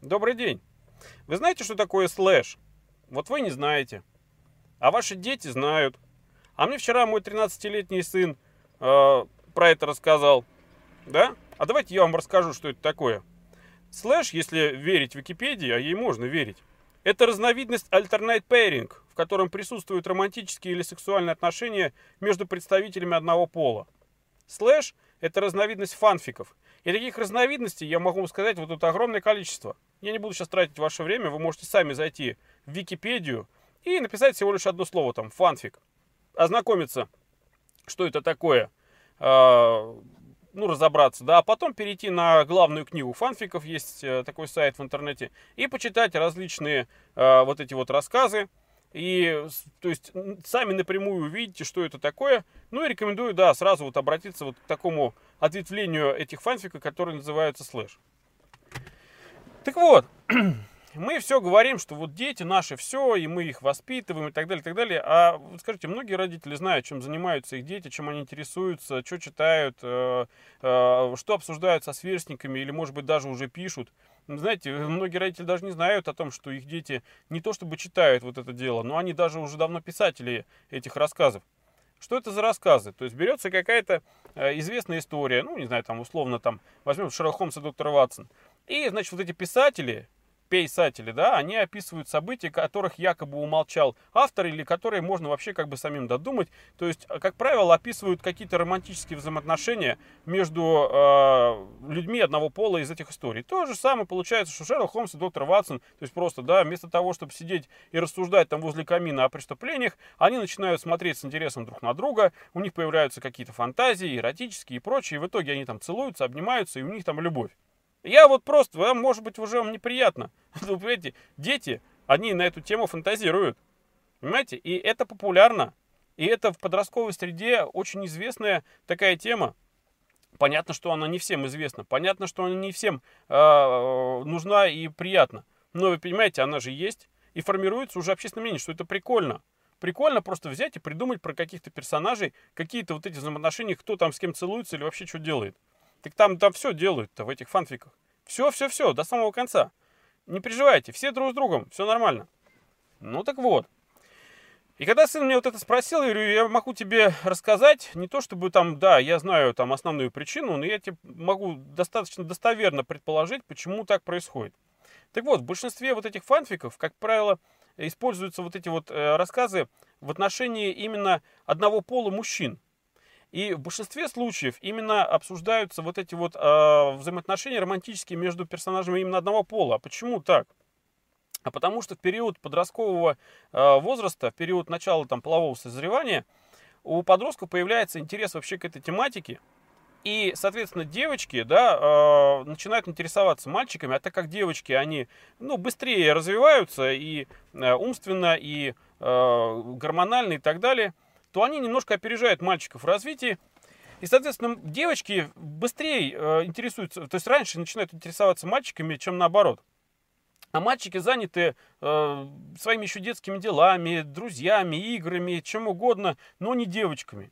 Добрый день. Вы знаете, что такое слэш? Вот вы не знаете, а ваши дети знают. А мне вчера мой 13-летний сын про это рассказал. Да? А давайте я вам расскажу, что это такое. Слэш, если верить Википедии, а ей можно верить, это разновидность alternate pairing, в котором присутствуют романтические или сексуальные отношения между представителями одного пола. Слэш – это разновидность фанфиков. И таких разновидностей, я могу сказать, вот тут огромное количество. Я не буду сейчас тратить ваше время, вы можете сами зайти в Википедию и написать всего лишь одно слово, там, фанфик. Ознакомиться, что это такое, разобраться, да, а потом перейти на главную книгу фанфиков, есть такой сайт в интернете, и почитать различные вот эти вот рассказы, и, то есть, сами напрямую увидите, что это такое. Ну и рекомендую, да, сразу вот обратиться вот к такому ответвлению этих фанфиков, которые называются слэш. Так вот, мы все говорим, что вот дети наши все, и мы их воспитываем, и так далее, и так далее. А вот скажите, многие родители знают, чем занимаются их дети, чем они интересуются, что читают, что обсуждают со сверстниками, или, может быть, даже уже пишут. Знаете, многие родители даже не знают о том, что их дети не то чтобы читают вот это дело, но они даже уже давно писатели этих рассказов. Что это за рассказы? То есть берется какая-то известная история, ну, не знаю, там, условно, там, возьмем Шерлок Холмс и доктор Ватсон. И, значит, вот эти писатели, да, они описывают события, которых якобы умолчал автор, или которые можно вообще как бы самим додумать. То есть, как правило, описывают какие-то романтические взаимоотношения между людьми одного пола из этих историй. То же самое получается, что Шерлок Холмс и доктор Ватсон, то есть просто, да, вместо того, чтобы сидеть и рассуждать там возле камина о преступлениях, они начинают смотреть с интересом друг на друга, у них появляются какие-то фантазии, эротические и прочее, и в итоге они там целуются, обнимаются, и у них там любовь. Я вот просто, вам, может быть, уже вам неприятно. Вы понимаете, дети, они на эту тему фантазируют. Понимаете? И это популярно. И это в подростковой среде очень известная такая тема. Понятно, что она не всем известна. Понятно, что она не всем нужна и приятна. Но вы понимаете, она же есть. И формируется уже общественное мнение, что это прикольно. Прикольно просто взять и придумать про каких-то персонажей, какие-то вот эти взаимоотношения, кто там с кем целуется или вообще что делает. Так там все делают-то в этих фанфиках. Все, до самого конца. Не переживайте, все друг с другом, все нормально. Ну так вот. И когда сын мне вот это спросил, я говорю, я могу тебе рассказать, не то чтобы там, да, я знаю там основную причину, но я тебе могу достаточно достоверно предположить, почему так происходит. Так вот, в большинстве вот этих фанфиков, как правило, используются вот эти вот рассказы в отношении именно одного пола мужчин. И в большинстве случаев именно обсуждаются вот эти вот взаимоотношения романтические между персонажами именно одного пола. А почему так? А потому что в период подросткового возраста, в период начала там, полового созревания, у подростков появляется интерес вообще к этой тематике. И, соответственно, девочки, да, начинают интересоваться мальчиками, а так как девочки, они, быстрее развиваются и умственно, и гормонально, и так далее, то они немножко опережают мальчиков в развитии. И, соответственно, девочки быстрее интересуются, то есть раньше начинают интересоваться мальчиками, чем наоборот. А мальчики заняты своими еще детскими делами, друзьями, играми, чем угодно, но не девочками.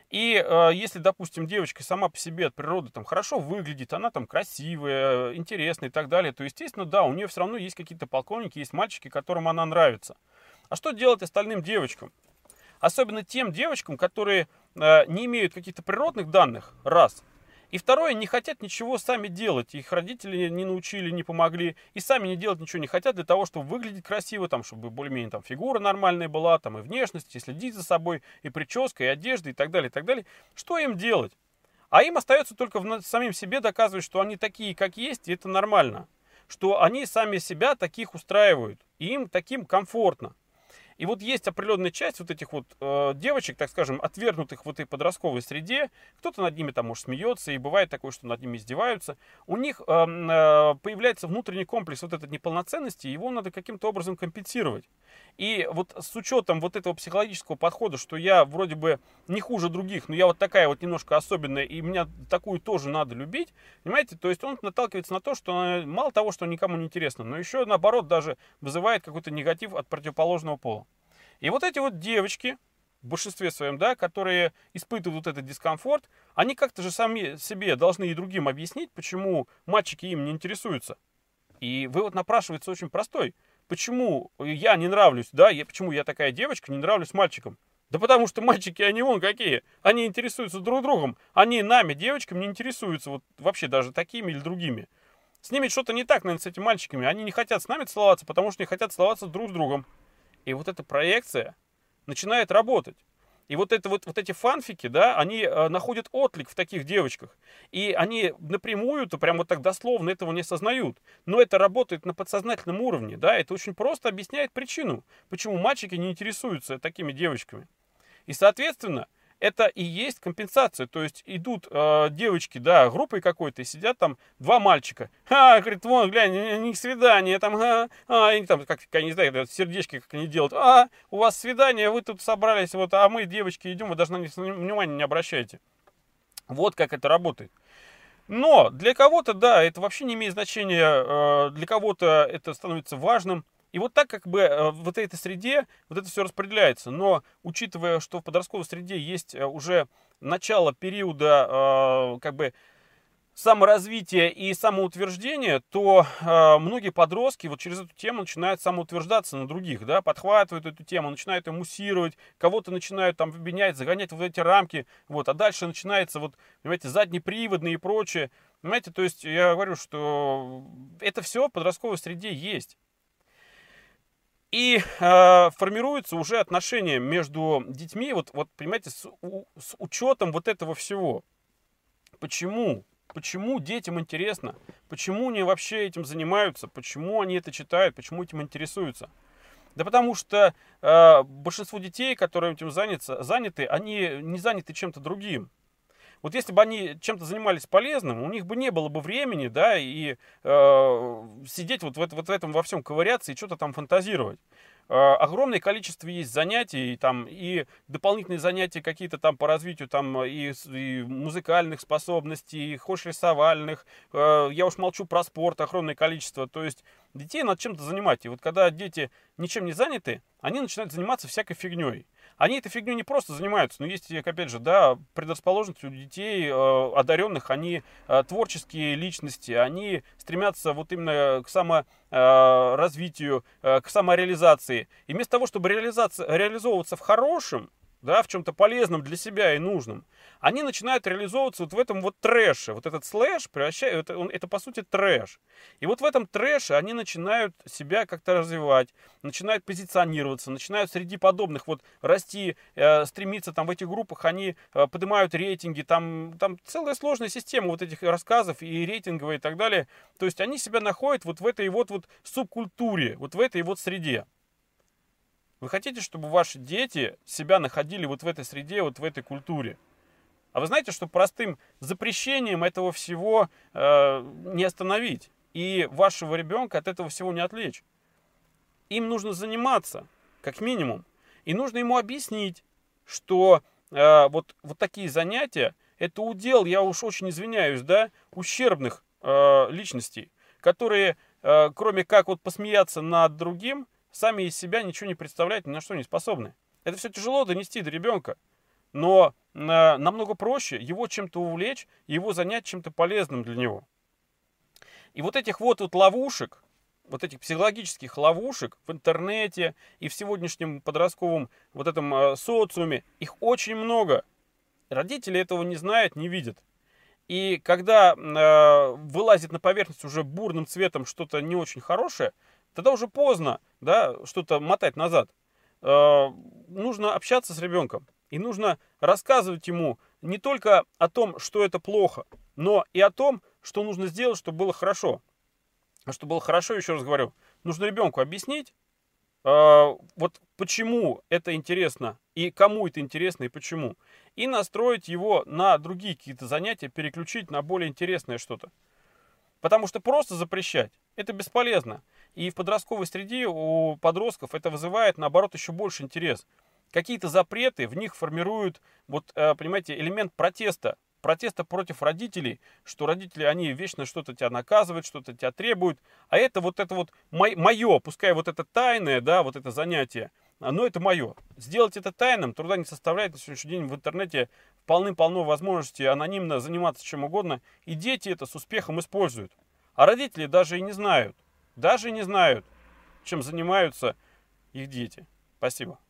И если, допустим, девочка сама по себе от природы там хорошо выглядит, она там красивая, интересная и так далее, то, естественно, да, у нее все равно есть какие-то полковники, есть мальчики, которым она нравится. А что делать остальным девочкам? Особенно тем девочкам, которые не имеют каких-то природных данных, раз. И второе, не хотят ничего сами делать. Их родители не научили, не помогли. И сами не делать ничего не хотят для того, чтобы выглядеть красиво, там, чтобы более-менее там, фигура нормальная была, там, и внешность, и следить за собой, и прическа, и одежда, и так далее, и так далее. Что им делать? А им остается только самим себе доказывать, что они такие, как есть, и это нормально. Что они сами себя таких устраивают. И им таким комфортно. И вот есть определенная часть вот этих вот девочек, так скажем, отвергнутых в этой подростковой среде. Кто-то над ними там, может, смеется, и бывает такое, что над ними издеваются. У них появляется внутренний комплекс вот этой неполноценности, и его надо каким-то образом компенсировать. И вот с учетом вот этого психологического подхода, что я вроде бы не хуже других, но я вот такая вот немножко особенная, и меня такую тоже надо любить, понимаете? То есть он наталкивается на то, что мало того, что никому не интересно, но еще наоборот даже вызывает какой-то негатив от противоположного пола. И вот эти вот девочки, в большинстве своем, да, которые испытывают вот этот дискомфорт, они как-то же сами себе должны и другим объяснить, почему мальчики им не интересуются. И вывод напрашивается очень простой. Почему я не нравлюсь, да, почему я такая девочка, не нравлюсь мальчикам? Да потому что мальчики, они вон какие, они интересуются друг другом, они нами, девочками, не интересуются вот вообще даже такими или другими. С ними что-то не так, наверное, с этими мальчиками. Они не хотят с нами целоваться, потому что не хотят целоваться друг с другом. И вот эта проекция начинает работать. И вот эти фанфики, да, они находят отклик в таких девочках. И они напрямую-то прям вот так дословно этого не осознают. Но это работает на подсознательном уровне, да, это очень просто объясняет причину, почему мальчики не интересуются такими девочками. И, соответственно, это и есть компенсация. То есть идут девочки, да, группой какой-то, и сидят там два мальчика. Говорит, вон, глянь, у них свидание, там, и там, как, я не знаю, сердечки как они делают. У вас свидание, вы тут собрались, вот, а мы, девочки, идем, вы даже на них внимания не обращаете. Вот как это работает. Но для кого-то, да, это вообще не имеет значения, для кого-то это становится важным. И вот так как бы в вот этой среде вот это все распределяется. Но учитывая, что в подростковой среде есть уже начало периода как бы саморазвития и самоутверждения, то многие подростки вот через эту тему начинают самоутверждаться на других, да, подхватывают эту тему, начинают ее муссировать, кого-то начинают там обвинять, загонять в эти рамки, вот, а дальше начинается вот, понимаете, заднеприводные и прочее, понимаете, то есть я говорю, что это все в подростковой среде есть. И формируются уже отношения между детьми, вот понимаете, с учетом вот этого всего. Почему? Почему детям интересно? Почему они вообще этим занимаются? Почему они это читают? Почему этим интересуются? Да потому что большинство детей, которые этим заняты, они не заняты чем-то другим. Вот если бы они чем-то занимались полезным, у них бы не было бы времени, да, и сидеть вот в этом во всем ковыряться и что-то там фантазировать. Огромное количество есть занятий, там, и дополнительные занятия какие-то там по развитию там, и музыкальных способностей, и художественно-рисовальных. Я уж молчу про спорт, огромное количество. То есть детей надо чем-то занимать. И вот когда дети ничем не заняты, они начинают заниматься всякой фигней. Они этой фигней не просто занимаются, но есть, опять же, да, предрасположенность у детей одаренных, они творческие личности, они стремятся вот именно к саморазвитию, к самореализации. И вместо того, чтобы реализовываться в хорошем, да, в чем-то полезном для себя и нужном, они начинают реализовываться вот в этом вот трэше. Вот этот слэш превращает, это по сути трэш. И вот в этом трэше они начинают себя как-то развивать, начинают позиционироваться, начинают среди подобных вот расти, стремиться там в этих группах, они поднимают рейтинги, там целая сложная система вот этих рассказов и рейтинговые и так далее. То есть они себя находят вот в этой вот субкультуре, вот в этой вот среде. Вы хотите, чтобы ваши дети себя находили вот в этой среде, вот в этой культуре? А вы знаете, что простым запрещением этого всего не остановить. И вашего ребенка от этого всего не отвлечь. Им нужно заниматься, как минимум. И нужно ему объяснить, что вот такие занятия, это удел, я уж очень извиняюсь, да, ущербных личностей, которые, кроме как вот посмеяться над другим, сами из себя ничего не представляют, ни на что не способны. Это все тяжело донести до ребенка. Но намного проще его чем-то увлечь, его занять чем-то полезным для него. И вот этих вот ловушек, вот этих психологических ловушек в интернете и в сегодняшнем подростковом вот этом социуме, их очень много. Родители этого не знают, не видят. И когда вылазит на поверхность уже бурным цветом что-то не очень хорошее, тогда уже поздно, да, что-то мотать назад. Нужно общаться с ребенком. И нужно рассказывать ему не только о том, что это плохо, но и о том, что нужно сделать, чтобы было хорошо. А чтобы было хорошо, еще раз говорю, нужно ребенку объяснить, вот почему это интересно, и кому это интересно, и почему. И настроить его на другие какие-то занятия, переключить на более интересное что-то. Потому что просто запрещать, это бесполезно. И в подростковой среде у подростков это вызывает, наоборот, еще больше интерес. Какие-то запреты в них формируют, вот, понимаете, элемент протеста. Протеста против родителей, что родители, они вечно что-то тебя наказывают, что-то тебя требуют. А это вот мое, пускай вот это тайное, да, вот это занятие, но это мое. Сделать это тайным труда не составляет. На сегодняшний день в интернете полным-полно возможностей анонимно заниматься чем угодно. И дети это с успехом используют. А родители даже и не знают. даже не знают, чем занимаются их дети. Спасибо.